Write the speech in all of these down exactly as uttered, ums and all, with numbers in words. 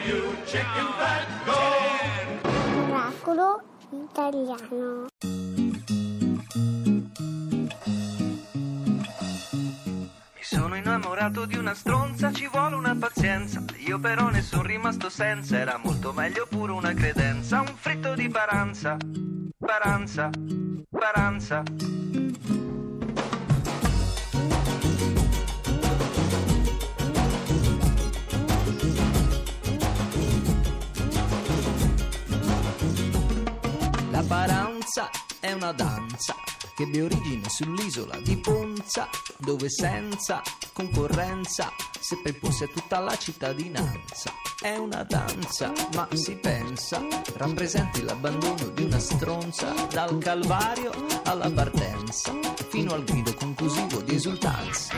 you chicken fat, go! Miracolo italiano. Sono innamorato di una stronza, ci vuole una pazienza. Io però ne sono rimasto senza, era molto meglio pure una credenza. Un fritto di paranza, paranza, paranza. La paranza è una danza che ebbe origine sull'isola di Ponza, dove senza concorrenza seppe imporsi a tutta la cittadinanza. È una danza, ma si pensa, rappresenti l'abbandono di una stronza, dal calvario alla partenza, fino al grido conclusivo di esultanza.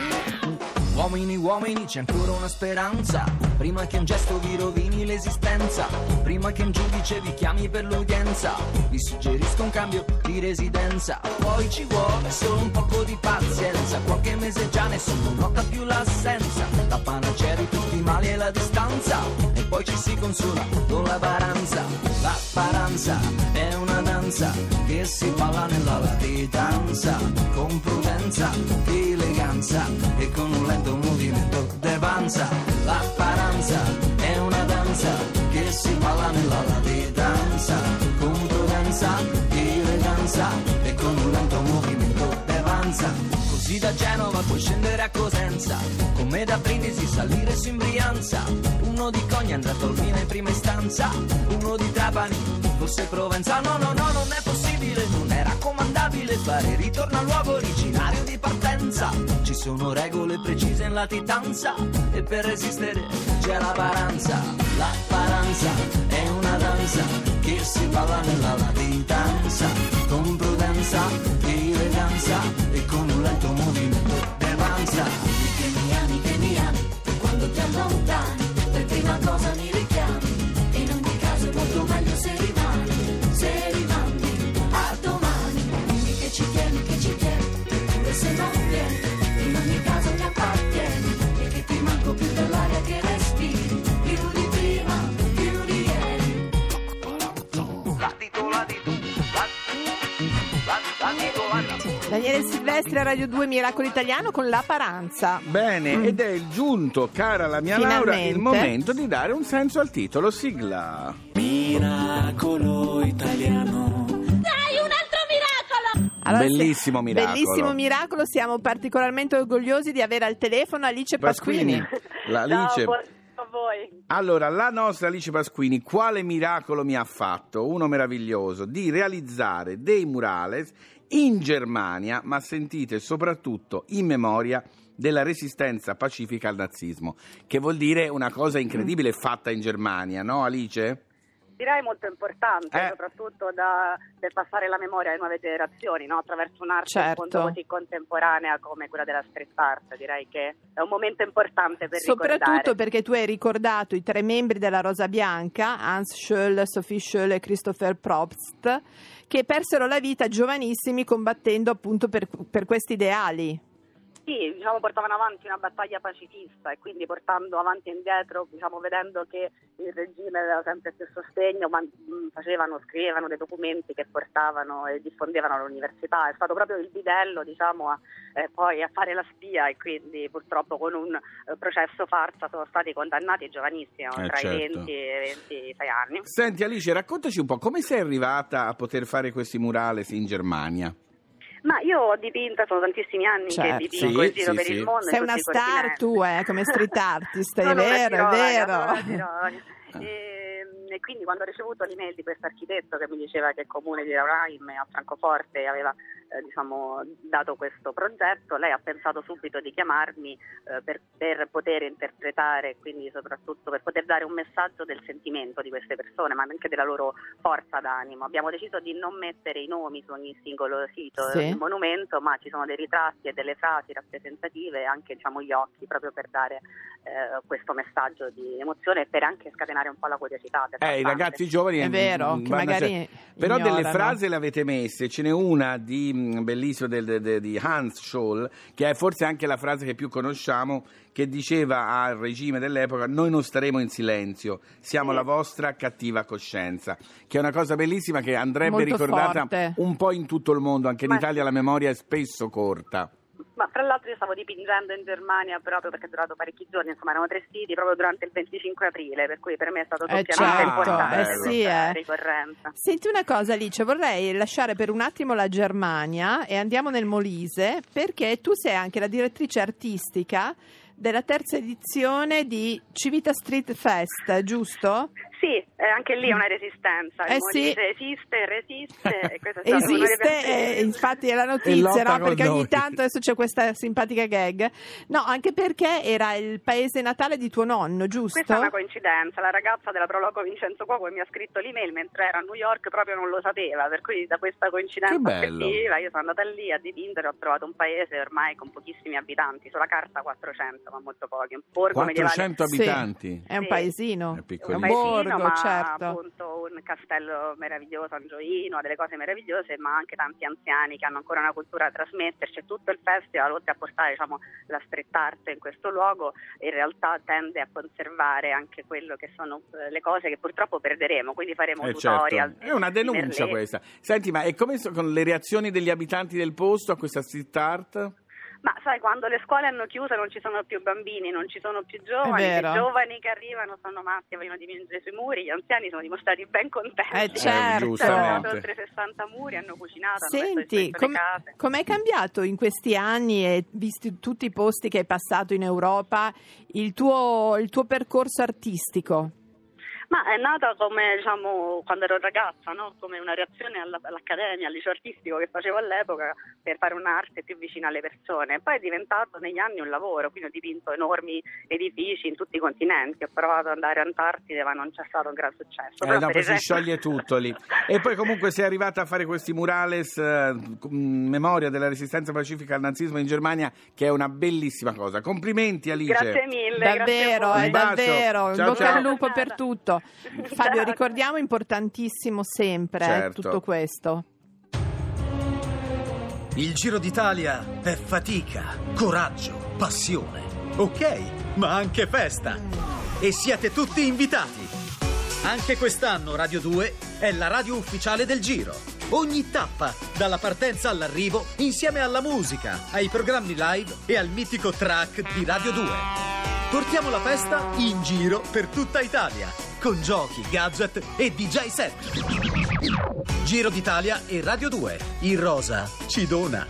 Uomini, uomini, c'è ancora una speranza, prima che un gesto vi rovini l'esistenza, prima che un giudice vi chiami per l'udienza, vi suggerisco un cambio di residenza. Poi ci vuole solo un poco di pazienza, qualche mese già nessuno nota più l'assenza, la panacea di tutti i mali è la distanza, e poi ci si consola con la paranza. La paranza è una danza che si balla nella latitanza, con prudenza, eleganza e con un lento movimento de panza. La paranza è una danza che si balla nella latitanza, con prudenza, eleganza e con un lento movimento de panza. Così da Genova puoi scendere a Cosenza, come da Brindisi salire su in Brianza. Uno di Cogna andrà a Tolmina in prima istanza, uno di Trapani forse Provenza. No, no, no, non è possibile, non è raccomandabile fare ritorno al luogo originario di partenza. Ci sono regole precise in latitanza e per resistere c'è la paranza. La paranza è una danza che si balla nella latitanza, con prudenza, eleganza e con un lento movimento de panza. Che mi ami, che mi ami, quando ti allontani, per prima cosa mi richiami. In ogni caso è molto meglio se rimani, se rimani a domani. Dimmi che ci tieni, che ci tieni, pure se non vieni. In ogni caso mi appartieni, e che ti manco più dell'aria che respiri, più di prima, più di ieri. Latito, latito, latito, latito. Daniele Silvestri a Radio due Miracolo Italiano con La Paranza. Bene, Mm. ed è giunto, cara la mia Finalmente. Laura, il momento di dare un senso al titolo. Sigla. Miracolo italiano. Dai, un altro miracolo! Allora, Bellissimo sì, miracolo. Bellissimo miracolo, siamo particolarmente orgogliosi di avere al telefono Alice Pasquini. La Alice. a voi. Allora, la nostra Alice Pasquini, quale miracolo mi ha fatto? Uno meraviglioso, di realizzare dei murales in Germania, ma sentite, soprattutto in memoria della resistenza pacifica al nazismo, che vuol dire una cosa incredibile fatta in Germania, no Alice? Direi molto importante, Eh. soprattutto da, per passare la memoria alle nuove generazioni, no? Attraverso un'arte Certo. appunto così contemporanea come quella della street art. Direi che è un momento importante per Soprattutto ricordare. perché tu hai ricordato i tre membri della Rosa Bianca, Hans Scholl, Sophie Scholl e Christopher Probst, che persero la vita giovanissimi combattendo appunto per, per questi ideali. Sì, diciamo, portavano avanti una battaglia pacifista e quindi portando avanti e indietro, diciamo, vedendo che il regime aveva sempre più sostegno, ma mh, facevano, scrivevano dei documenti che portavano e diffondevano all'università. È stato proprio il bidello, diciamo, a, eh, poi a fare la spia, e quindi purtroppo con un eh, processo farsa sono stati condannati giovanissimi, Eh, tra certo. i venti e i ventisei anni. Senti Alice, raccontaci un po' come sei arrivata a poter fare questi murales in Germania? Ma io ho dipinto, sono tantissimi anni Certo. che dipingo Sì, in giro sì, per sì. il mondo. Sei in una tutti i star continenti. tu, eh, come street artist, è Sono una vero, è girovaga, vero. sono una girovaga. E, e quindi quando ho ricevuto l'email di questo architetto che mi diceva che il comune di Raunheim a Francoforte aveva eh, diciamo dato questo progetto, lei ha pensato subito di chiamarmi eh, per, per poter interpretare, quindi soprattutto per poter dare un messaggio del sentimento di queste persone, ma anche della loro forza d'animo. Abbiamo deciso di non mettere i nomi su ogni singolo sito Sì. del monumento, ma ci sono dei ritratti e delle frasi rappresentative e anche, diciamo, gli occhi, proprio per dare eh, questo messaggio di emozione e per anche scatenare un po' la curiosità. Eh, i ragazzi giovani è vero, mh, che vanno a- magari però ignorano. delle frasi le avete messe, ce n'è una di mh, bellissima del- de- de- di Hans Scholl, che è forse anche la frase che più conosciamo, che diceva al regime dell'epoca: noi non staremo in silenzio, siamo Sì. la vostra cattiva coscienza, che è una cosa bellissima che andrebbe Molto ricordata forte. un po' in tutto il mondo, anche in Ma- Italia la memoria è spesso corta. Ma fra l'altro io stavo dipingendo in Germania proprio perché è durato parecchi giorni, insomma erano tre siti proprio durante il venticinque aprile, per cui per me è stato Eh, doppiamente certo, importante eh, questa sì, eh. ricorrenza. Senti una cosa, Alice, vorrei lasciare per un attimo la Germania e andiamo nel Molise, perché tu sei anche la direttrice artistica della terza edizione di Civita Street Fest, giusto? Sì, eh, anche lì è una resistenza, Eh il sì. Molise esiste, resiste e questa è stata una delle Esiste, persone- eh, infatti è la E notizia, lotta no? con Perché ogni noi. tanto adesso c'è questa simpatica gag. No, anche perché era il paese natale di tuo nonno, giusto? Questa è una coincidenza, la ragazza della Proloco Vincenzo Cuoco mi ha scritto l'email mentre era a New York, proprio non lo sapeva, per cui da questa coincidenza Che bello. affettiva io sono andata lì a dipingere, ho trovato un paese ormai con pochissimi abitanti, sulla carta quattrocento, ma molto pochi, un borgo medievale. quattrocento Sì, abitanti. è un Sì. paesino, È è piccolino. un Un paesino, borgo, ma certo. appunto un castello meraviglioso, Angioino, ha delle cose meravigliose, ma anche tanti anziani che hanno ancora una cultura da trasmetterci. E tutto il festival, oltre a portare diciamo, la street art in questo luogo, in realtà tende a conservare anche quello che sono eh, le cose che purtroppo perderemo, quindi faremo Eh, tutorial. certo. È una di denuncia Merlè. questa. Senti, ma è come so- con le reazioni degli abitanti del posto a questa street art? Ma sai, quando le scuole hanno chiuso non ci sono più bambini, non ci sono più giovani, È vero. i giovani che arrivano sono matti e vogliono dipingere sui muri, gli anziani sono dimostrati ben contenti. Eh, Eh, certo. giustamente. Hanno oltre sessanta muri, hanno cucinato, hanno messo Senti, in le com- case. com'è cambiato in questi anni e visti tutti i posti che hai passato in Europa il tuo, il tuo percorso artistico? Ma è nata come, diciamo, quando ero ragazza, no? Come una reazione alla- all'accademia, al liceo artistico che facevo all'epoca per fare un'arte più vicina alle persone. Poi è diventato negli anni un lavoro, quindi ho dipinto enormi edifici in tutti i continenti, ho provato ad andare a Antartide ma non c'è stato un gran successo. Eh, Però, no, per poi si esempio- scioglie tutto lì. E poi comunque sei arrivata a fare questi murales eh, in memoria della resistenza pacifica al nazismo in Germania, che è una bellissima cosa. Complimenti Alice. Grazie mille. Davvero, grazie a è voi. Un bacio. davvero, in Ciao, bocca ciao. al lupo per tutto. Fabio, Ciao. ricordiamo, importantissimo sempre eh, Certo. tutto questo. Il Giro d'Italia è fatica, coraggio, passione. Ok, ma anche festa. E siete tutti invitati. Anche quest'anno Radio due è la radio ufficiale del Giro. Ogni tappa, dalla partenza all'arrivo, insieme alla musica, ai programmi live e al mitico track di Radio due. Portiamo la festa in giro per tutta Italia, con giochi, gadget e D J set. Giro d'Italia e Radio due. Il rosa ci dona.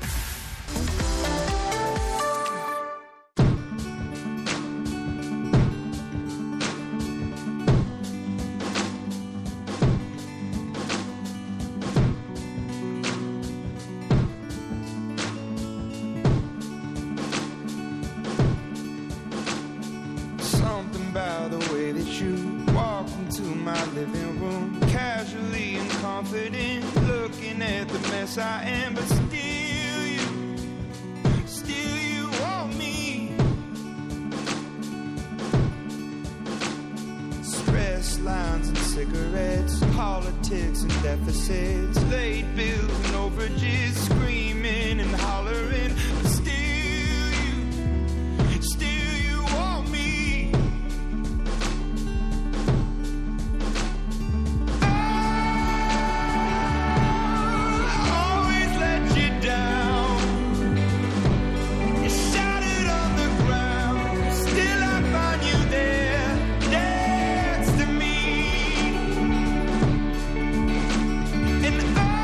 Something about the way that you walk into my living room, casually and confident, looking at the mess I am, but still you, still you want me. Stress lines and cigarettes, politics and deficits, late bills and overages, screaming and hollering, but still you, still you want me. Always let you down. You shattered on the ground. Still I find you there, next to me. And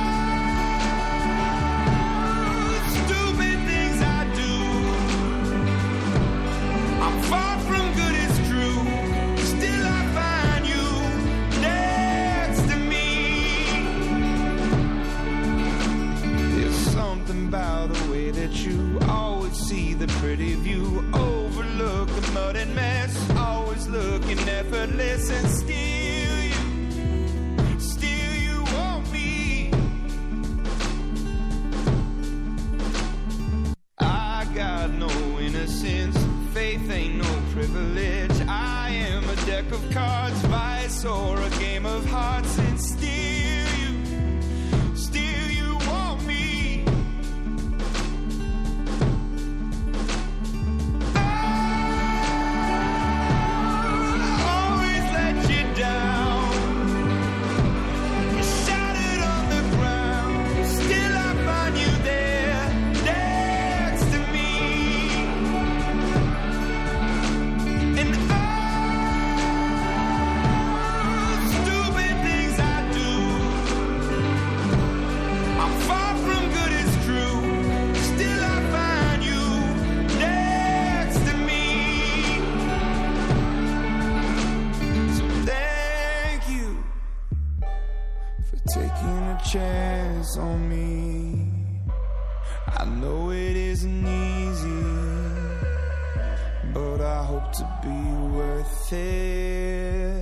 all the stupid things I do, I'm far from good, it's true. Still I find you next to me. There's something about the way that you always see the pretty view, overlook the mud and mess, always looking effortless, and still you, still you want me. I got no innocence, faith ain't no privilege. I am a deck of cards. cards, vice, or a game of hearts, and still you, still you want me. Chance on me. I know it isn't easy, but I hope to be worth it.